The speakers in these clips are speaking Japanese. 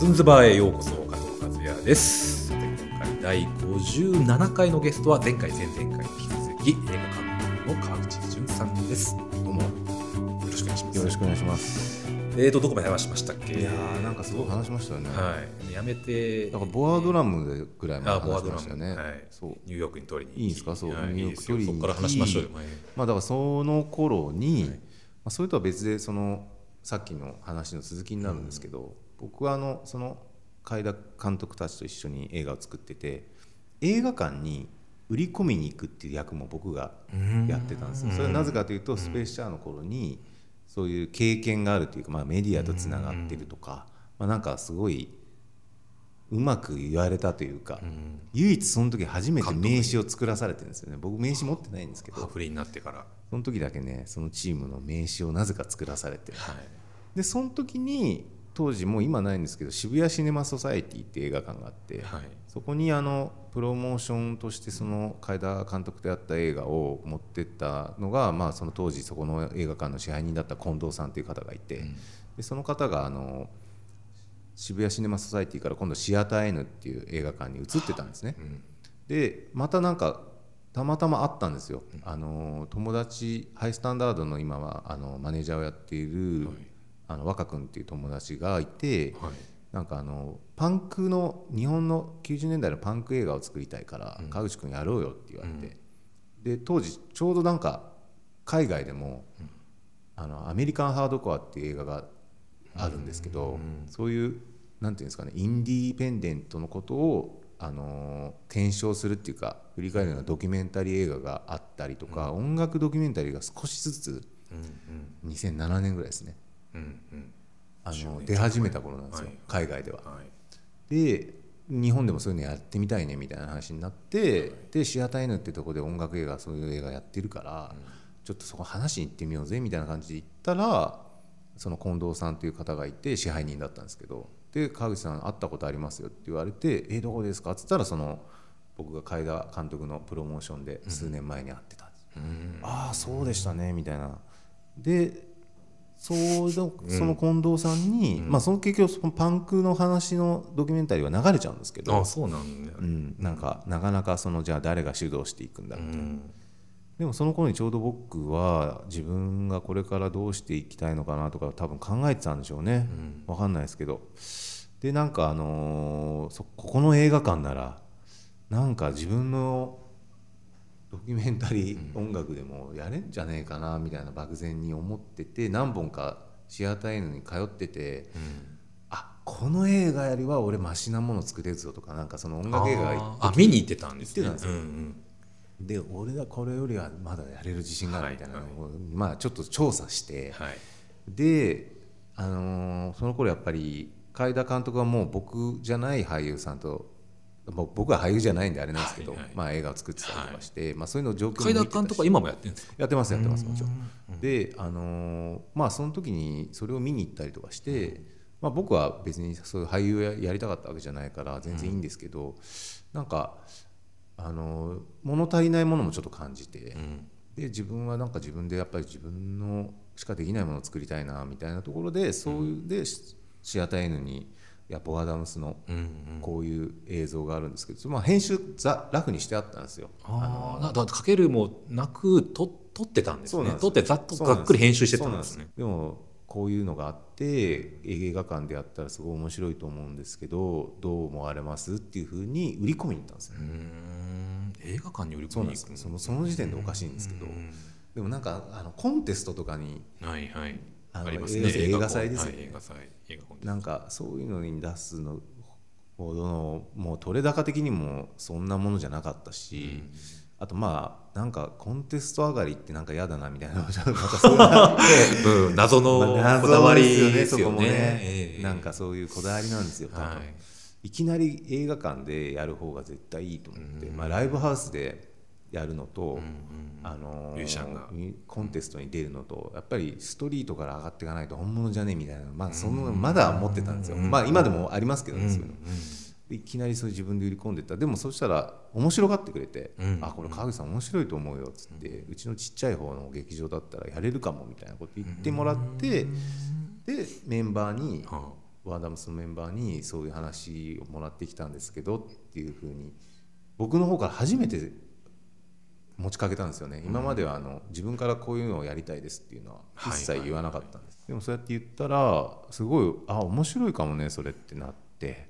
ズンズバーへようこそ。加藤和也です。今回第57回のゲストは前回前々回に引き続き映画監督の川口淳さんです。どうもよろしくお願いします。 よろしくお願いします。 どこまで話しましたっけ？ いやー、なんかすごい話しましたよね。 はい。やめて。 だからボアドラムぐらいまで話しましたよね。 はい。 そう。 ニューヨークに取りに行き。 いいですか？そう。 はい、 ニューヨーク取りに行き。 そこから話しましょうよ。 まあだからその頃に、 はい、 それとは別でそのさっきの話の続きになるんですけど、僕はその海田監督たちと一緒に映画を作ってて、映画館に売り込みに行くっていう役も僕がやってたんですよ。それはなぜかというと、スペースシャアの頃にそういう経験があるというか、メディアとつながってるとか、なんかすごいうまく言われたというか、唯一その時初めて名刺を作らされてるんですよね。僕名刺持ってないんですけど、 ハフリになってからその時だけね、そのチームの名刺をなぜか作らされて、 はい、 でその時に当時もう今ないんですけど、渋谷シネマソサエティって映画館があって、はい、そこにプロモーションとしてその海田監督とやった映画を持ってったのが、その当時そこの映画館の支配人だった近藤さんという方がいて、でその方が渋谷シネマソサエティから今度シアター N っていう映画館に移ってたんですね。でまたなんかたまたま会ったんですよ。友達ハイスタンダードの今はマネージャーをやっている、若君っていう友達がいて、なんかパンクの日本の90年代のパンク映画を作りたいから、川口君やろうよって言われて、で当時ちょうどなんか海外でも、アメリカンハードコアっていう映画があるんですけど、そういうなんていうんですかね、インディーペンデントのことを検証するっていうか振り返るようなドキュメンタリー映画があったりとか、音楽ドキュメンタリーが少しずつ、2007年ぐらいですね、出始めた頃なんですよ、海外では。で日本でもそういうのやってみたいねみたいな話になって、でシアター N ってとこで音楽映画そういう映画やってるから、ちょっとそこ話しに行ってみようぜみたいな感じで行ったら、その近藤さんという方がいて支配人だったんですけど、で川口さん会ったことありますよって言われて、どこですかって言ったら、その僕が海田監督のプロモーションで数年前に会ってたんです、ああそうでしたねみたいな。でその近藤さんに、その結局そのパンクの話のドキュメンタリーは流れちゃうんですけど、 そうなんだよね、 なんかなかなかじゃあ誰が主導していくんだみたいな、でもその頃にちょうど僕は自分がこれからどうしていきたいのかなとか多分考えてたんでしょうね、分かんないですけど、でなんかここの映画館ならなんか自分のドキュメンタリー音楽でもやれんじゃねえかなみたいな漠然に思ってて、何本かシアター N に通ってて、この映画よりは俺マシなもの作れるぞとか、なんかその音楽映画が見に行ってたんですね。 で俺はこれよりはまだやれる自信があるみたいなのを、ちょっと調査して、でその頃やっぱり海田監督はもう僕じゃない俳優さんと、僕は俳優じゃないんであれなんですけど、映画を作ってたりとかして、そういうの状況も見てたし。 海田監督は今もやってるんですか？ やってますもちろん。でその時にそれを見に行ったりとかして、僕は別にそういう俳優やりたかったわけじゃないから全然いいんですけど、なんか物足りないものもちょっと感じて、で自分はなんか自分でやっぱり自分のしかできないものを作りたいなみたいなところで、そういうでシアター N にボアダムスのこういう映像があるんですけど、編集ラフにしてあったんですよ。 だからかけるもなく撮ってたんですね。撮ってざっとがっくり編集してたんですね。 でもこういうのがあって映画館でやったらすごい面白いと思うんですけど、どう思われますっていうふうに売り込みに行ったんですよ。 映画館に売り込みに行く。 その時点でおかしいんですけど、でもなんかコンテストとかに、 ありますね、 映画祭ですよね。 映画祭、映画コンテスト、 なんかそういうのに出すのほどのもう取れ高的にもそんなものじゃなかったし、あとなんかコンテスト上がりってなんか嫌だなみたいな、またそういうの謎のこだわりですよね。なんかそういうこだわりなんですよ多分。いきなり映画館でやる方が絶対いいと思って、ライブハウスでやるのと、コンテストに出るのと、やっぱりストリートから上がっていかないと本物じゃねえみたいな、まだ思ってたんですよ。今でもありますけどね、そういうの。いきなりそれ自分で売り込んでった。でもそしたら面白がってくれて、これ川口さん面白いと思うよっつって、うちのちっちゃい方の劇場だったらやれるかもみたいなこと言ってもらって、でメンバーにワーダムスのメンバーにそういう話をもらってきたんですけどっていうふうに僕の方から初めて持ちかけたんですよね。今までは自分からこういうのをやりたいですっていうのは一切言わなかったんです。でもそうやって言ったらすごい面白いかもねそれってなって、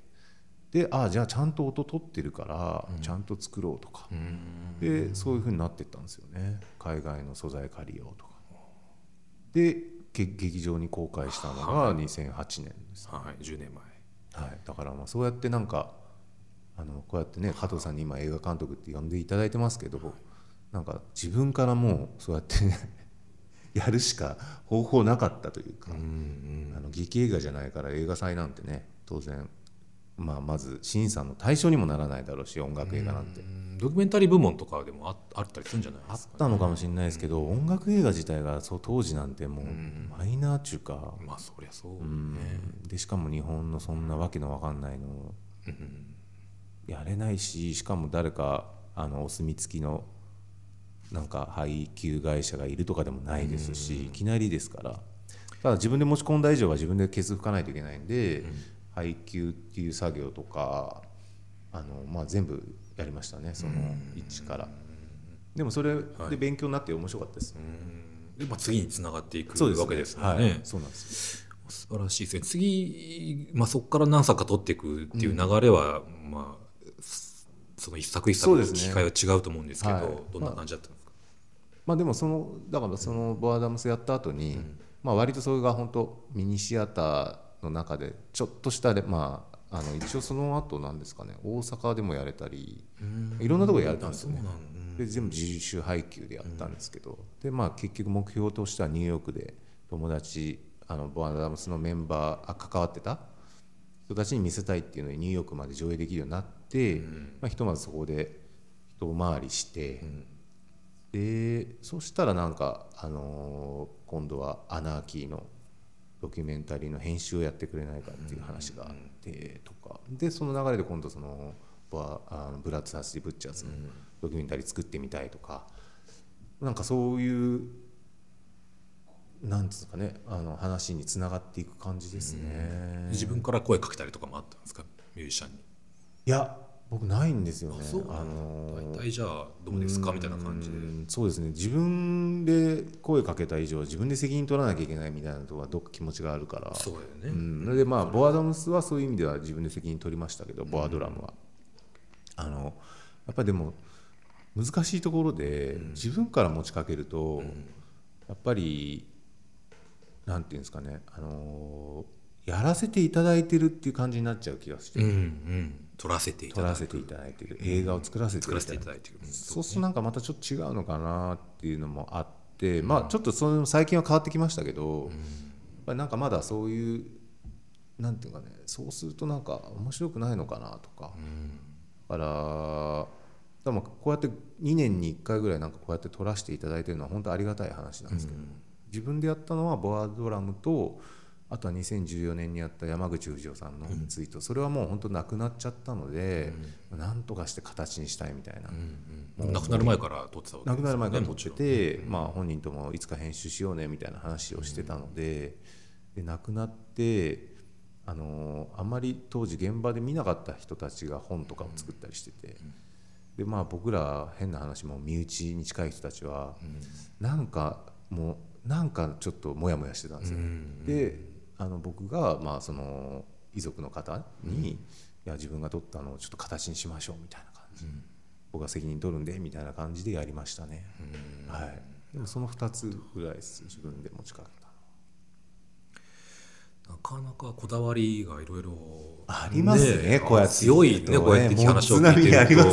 でじゃあちゃんと音取ってるからちゃんと作ろうとか、でそういうふうになっていったんですよね。海外の素材借りようとかで劇場に公開したのが2008年です、ね。 はい、10年前。 はい、だからそうやってなんかこうやってね加藤さんに今映画監督って呼んでいただいてますけど、なんか自分からもうそうやってねやるしか方法なかったというか、劇映画じゃないから映画祭なんてね当然、まず審査の対象にもならないだろうし、音楽映画なんてドキュメンタリー部門とかでもあったりするんじゃないですか、ね、 あったのかもしれないですけど、音楽映画自体が当時なんてもうマイナーっていうか、 まあそりゃそうね、 でしかも日本のそんなわけのわかんないのをやれないし、しかも誰かお墨付きのなんか配給会社がいるとかでもないですし、いきなりですから。ただ自分で持ち込んだ以上は自分でケツ拭かないといけないんで、配給っていう作業とか全部やりましたね、その一から。でもそれで勉強になって面白かったです。 で次につながっていくわけですね。 そうなんですよ。 素晴らしいですね。次、そこから何作か取っていくっていう流れは、その一作一作の機会は違うと思うんですけど、どんな感じだったんですか？ でもだからそのボアダムスやった後に、割とそれが本当ミニシアターの中でちょっとした一応その後なんですかね、大阪でもやれたりいろんなところでやれたんですよね。で全部自主配給でやったんですけど、で結局目標としてはニューヨークで友達ボアダムスのメンバー関わってた人たちに見せたいっていうのにニューヨークまで上映できるようになって、ひとまずそこで一回りして、でそしたらなんか、今度はアナーキーのドキュメンタリーの編集をやってくれないかっていう話があってとかで、その流れで今度そのブラッド・サースティ・ブッチャーズのドキュメンタリー作ってみたいとか、なんかそういうなんですかね、話につながっていく感じですね。 自分から声かけたりとかもあったんですか、ミュージシャンに？ いや僕ないんですよね。 大体じゃあどうですかみたいな感じで。 そうですね、自分で声かけた以上自分で責任取らなきゃいけないみたいなところはどっか気持ちがあるから。 そうだよね。 でボアダムスはそういう意味では自分で責任取りましたけど、ボアドラムはやっぱりでも難しいところで、自分から持ちかけると、やっぱりなんていうんですかね、やらせていただいてるっていう感じになっちゃう気がして、 撮らせていただいてる映画を作らせていただいてる、そうするとなんかまたちょっと違うのかなっていうのもあって、ちょっと最近は変わってきましたけど、やっぱりなんかまだそういうなんていうかね、そうするとなんか面白くないのかなとか、だからこうやって2年に1回ぐらいなんかこうやって撮らせていただいてるのは本当ありがたい話なんですけど、自分でやったのはボアドラムと、あとは2014年にやった山口不二夫さんのツイート、それはもう本当なくなっちゃったので、なんとかして形にしたいみたいな、 亡くなる前から撮ってたわけですよね。 亡くなる前から撮ってて、本人ともいつか編集しようねみたいな話をしてたので、亡くなってあんまり当時現場で見なかった人たちが本とかを作ったりしてて、で僕ら変な話も身内に近い人たちは、なんかちょっとモヤモヤしてたんですよ。で僕がその遺族の方に、いや自分が取ったのをちょっと形にしましょうみたいな感じ、僕が責任取るんでみたいな感じでやりましたね。でもその2つぐらいです、自分で持ちかけた。 なかなかこだわりがいろいろありますね。こうやって強いね、こうやって話を聞いてると。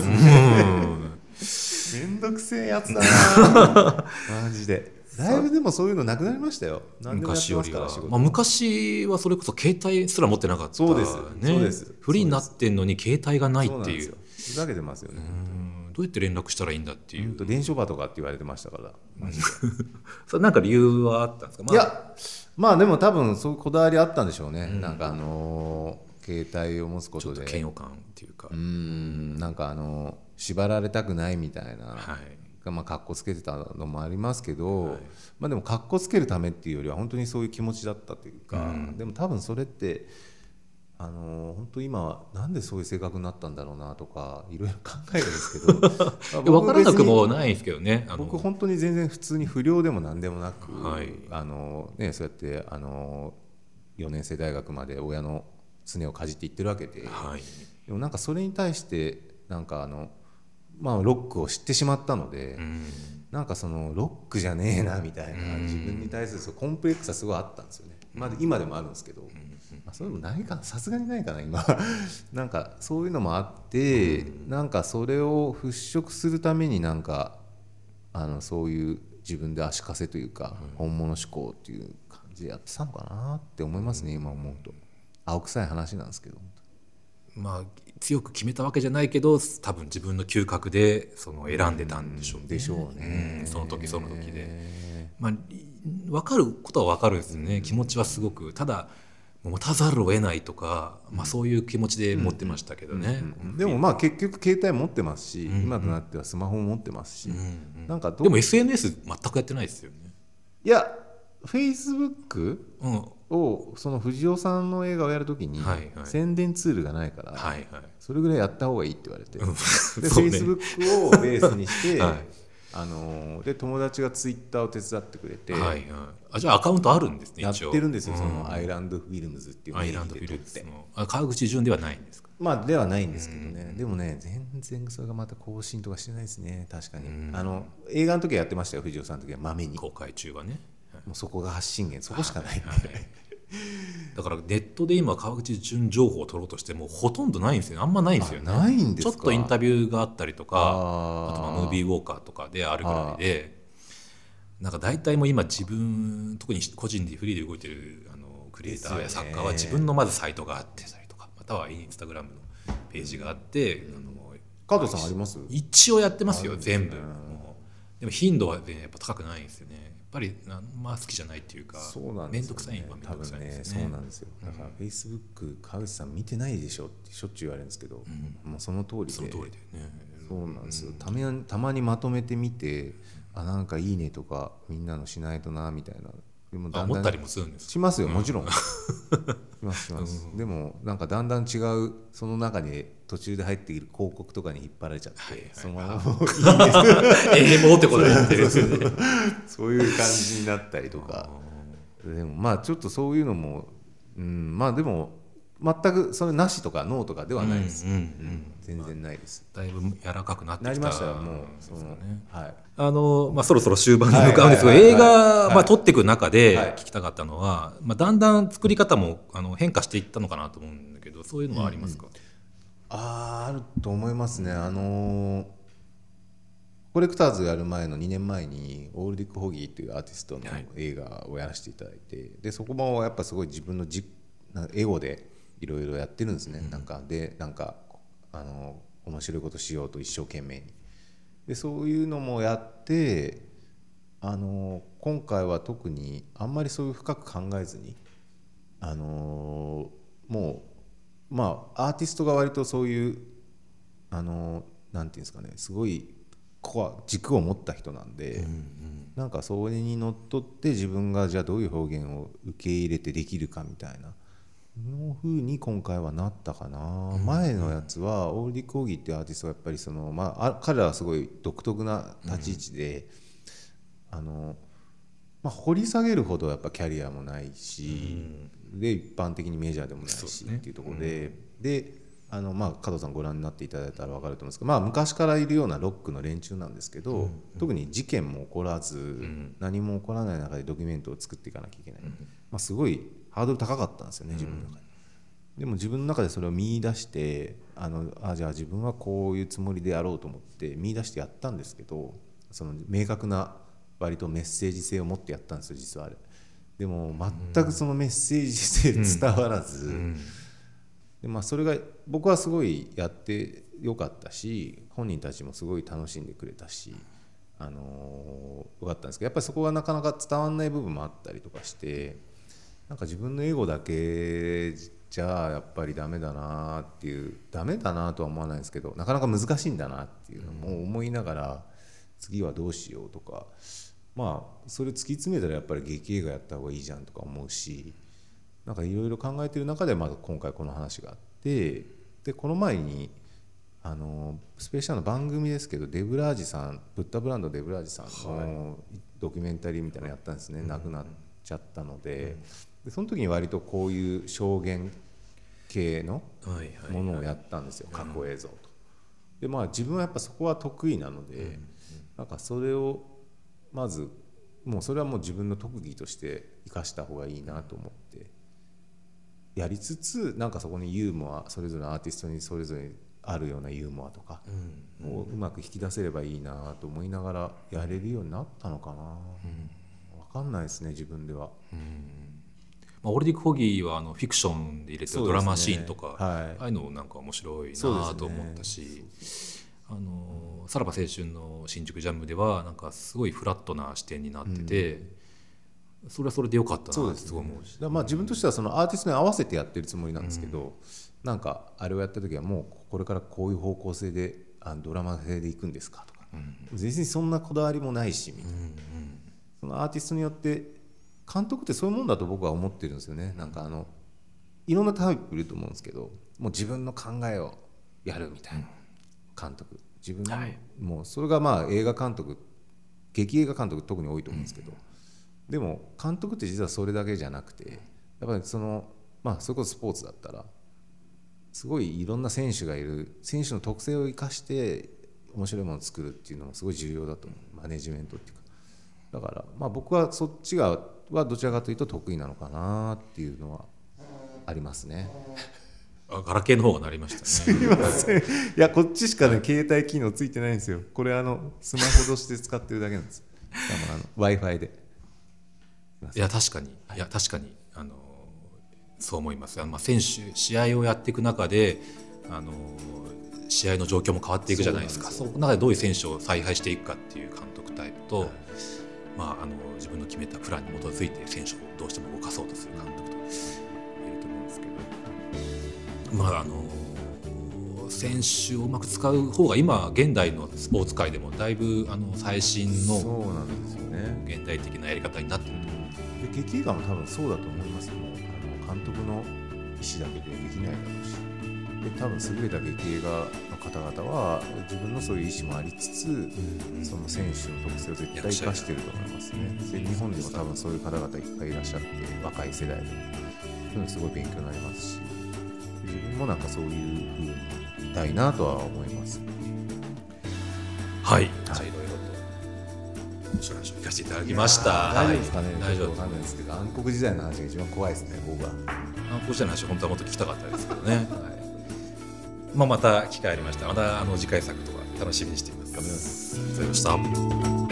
めんどくせえやつだなマジで。だいぶでもそういうのなくなりましたよ、 昔よりは。昔はそれこそ携帯すら持ってなかった。 そうです、そうです。 フリーになってんのに携帯がないっていう。 ふざけてますよね。 どうやって連絡したらいいんだっていう。 電書バとかって言われてましたから。マジでそれなんか理由はあったんですか？ いやでも多分そういうこだわりあったんでしょうね。なんか携帯を持つことでちょっと嫌悪感っていうか、 なんか縛られたくないみたいな、かっこつけてたのもありますけど、でもかっこつけるためっていうよりは本当にそういう気持ちだったというか、でも多分それって本当今なんでそういう性格になったんだろうなとかいろいろ考えるんですけど分からなくもないですけどね。 僕本当に全然普通に不良でも何でもなく、 はい、 そうやって4年生大学まで親のすねをかじっていってるわけで、 はい、 でもなんかそれに対してなんかまあ、ロックを知ってしまったので、なんかそのロックじゃねえなみたいな自分に対するコンプレックスはすごいあったんですよね。まあ、今でもあるんですけど、まあ、それもないかな、さすがにないかな今なんかそういうのもあって、なんかそれを払拭するためになんかそういう自分で足かせというか、本物志向っていう感じでやってたのかなって思いますね、今思うと。青臭い話なんですけど、 まあ強く決めたわけじゃないけど多分自分の嗅覚で選んでたんでしょうね。 でしょうね、 その時その時で、まあ、分かることは分かるんですね。気持ちはすごく、ただ持たざるを得ないとか、まあ、そういう気持ちで持ってましたけどね。 でもまあ結局携帯持ってますし、今となってはスマホも持ってますし、なんかでも SNS 全くやってないですよね。 いやフェイスブックをその藤尾さんの映画をやるときに宣伝ツールがないから、それぐらいやった方がいいって言われて、でフェイスブックをベースにしてで友達がツイッターを手伝ってくれて、 じゃあアカウントあるんですね。 やってるんですよ、そのアイランドフィルムズっていうアイランドフィルムズの川口順ではないんですか。 まあではないんですけどね、でもね全然それがまた更新とかしてないですね。確かに映画の時はやってましたよ、藤尾さんの時はまめに。 公開中はね、 もうそこが発信源、そこしかないんで、 だからネットで今川口順情報を取ろうとしてもほとんどないんですよね。あんまないんですよね。 ないんですか。 ちょっとインタビューがあったりとか、あとはムービーウォーカーとかであるぐらいで、なんか大体もう今自分、特に個人でフリーで動いてるクリエイターや作家は自分のまずサイトがあってたりとか、またはインスタグラムのページがあって、 加藤さんあります？ 一応やってますよ、全部。でも頻度は、ね、やっぱ高くないんですよね。やっぱりまあ好きじゃないっていうか、面倒くさいは面倒くさいですね。 そうなんですよ。だからフェイスブック川口さん見てないでしょってしょっちゅう言われるんですけど、もうその通りで。そうなんですよ。たまにまとめてみて、なんかいいねとかみんなのしないとなみたいな。でも思ったりもするんですか？ しますよ、もちろん。します。でもなんかだんだん違う、その中に途中で入っている広告とかに引っ張られちゃって、そのままいいですもうってことやってるんですよね。 そういう感じになったりとか。でもまあちょっとそういうのも、まあでも全くそれなしとかノーとかではないです。全然ないです。 だいぶ柔らかくなってきた。 なりましたよ、もう。 まあそろそろ終盤に向かうんですけど、映画まあ撮っていく中で聞きたかったのは、まあだんだん作り方も変化していったのかなと思うんだけど、そういうのはありますか？ あると思いますね。コレクターズやる前の2年前にオールディック・ホギーというアーティストの映画をやらせていただいて、でそこもやっぱすごい自分のエゴでいろいろやってるんですね。なんか面白いことしようと一生懸命に。でそういうのもやって、今回は特にあんまりそういう深く考えずに、もうまあアーティストが割とそういうなんていうんですかね、すごい軸を持った人なんで、なんかそれにのっとって自分がじゃあどういう表現を受け入れてできるかみたいなの風に今回はなったかな。前のやつはオールディック・ホギーっていうアーティストがやっぱり彼らはすごい独特な立ち位置で、掘り下げるほどやっぱキャリアもないし、で一般的にメジャーでもないしっていうところで、加藤さんご覧になっていただいたら分かると思うんですけど、昔からいるようなロックの連中なんですけど、特に事件も起こらず、何も起こらない中でドキュメントを作っていかなきゃいけない、すごいハードル高かったんですよね、自分の中で。でも自分の中でそれを見出して、じゃあ自分はこういうつもりでやろうと思って見出してやったんですけど、その明確な割とメッセージ性を持ってやったんですよ、実はあれ。でも全くそのメッセージ性伝わらず、でそれが僕はすごいやってよかったし、本人たちもすごい楽しんでくれたし、よかったんですけど、やっぱりそこがなかなか伝わらない部分もあったりとかして、なんか自分のエゴだけじゃやっぱりダメだなっていう、ダメだなとは思わないんですけど、なかなか難しいんだなっていうのも思いながら、次はどうしようとか、それ突き詰めたらやっぱり劇映画やった方がいいじゃんとか思うし、 なんかいろいろ考えてる中でまず今回この話があって、でこの前にスペシャルの番組ですけど、デブラージさん、ブッダブランドデブラージさんのドキュメンタリーみたいなのやったんですね、亡くなっちゃったので、その時に割とこういう証言系のものをやったんですよ、過去映像と。でまあ自分はやっぱそこは得意なので、なんかそれをまずもうそれはもう自分の特技として生かした方がいいなと思ってやりつつ、なんかそこにユーモア、それぞれのアーティストにそれぞれあるようなユーモアとかをうまく引き出せればいいなと思いながらやれるようになったのかな、分かんないですね自分では。 まあ、オルディック・フォギーはフィクションで入れてるドラマシーンとか、ああいうのなんか面白いなと思ったし、さらば青春の新宿ジャムではなんかすごいフラットな視点になってて、それはそれでよかったなってすごい思うし、 まあ自分としてはそのアーティストに合わせてやってるつもりなんですけど、なんかあれをやった時はもうこれからこういう方向性でドラマ性でいくんですかとか、全然そんなこだわりもないしみたいな、そのアーティストによって監督ってそういうもんだと僕は思ってるんですよね。なんかいろんなタイプいると思うんですけど、もう自分の考えをやるみたいな監督、自分の、もうそれがまあ映画監督、劇映画監督特に多いと思うんですけど、でも監督って実はそれだけじゃなくて、やっぱりまあそれこそスポーツだったらすごいいろんな選手がいる、選手の特性を生かして面白いものを作るっていうのもすごい重要だと思う、マネジメントっていうか。だからまあ僕はそっちはどちらかというと得意なのかなっていうのはありますね。 ガラケーの方がなりましたね。 すいません。いやこっちしかね携帯機能ついてないんですよ。これスマホとして使ってるだけなんです。Wi-Fi で。 いや確かにそう思います。まあ選手試合をやっていく中で試合の状況も変わっていくじゃないですか。その中でどういう選手を采配していくかっていう監督タイプと、まあ、自分の決めたプランに基づいて選手をどうしても動かそうとする監督といると思うんですけど、まあ選手をうまく使う方が今現代のスポーツ界でもだいぶ最新のそうなんですよね、 現代的なやり方になっていると思う。 で劇映画も多分そうだと思います。もう監督の意思だけでできないだろうし、で多分優れた劇映画の方々は自分のそういう意思もありつつ、その選手の特性を絶対生かしていると思いますね。で日本にも多分そういう方々いっぱいいらっしゃって、若い世代でもそういうのすごい勉強になりますし、自分もなんかそういう風にいたいなとは思います。 はい、じゃあいろいろと面白い話を聞かせていただきました。 大丈夫ですかね。 大丈夫。 わかんないですけど、暗黒時代の話が一番怖いですね、僕は。 暗黒時代の話本当はもっと聞きたかったですけどね。まあまた機会ありましたら、また次回作とか楽しみにしています。ありがとうございました。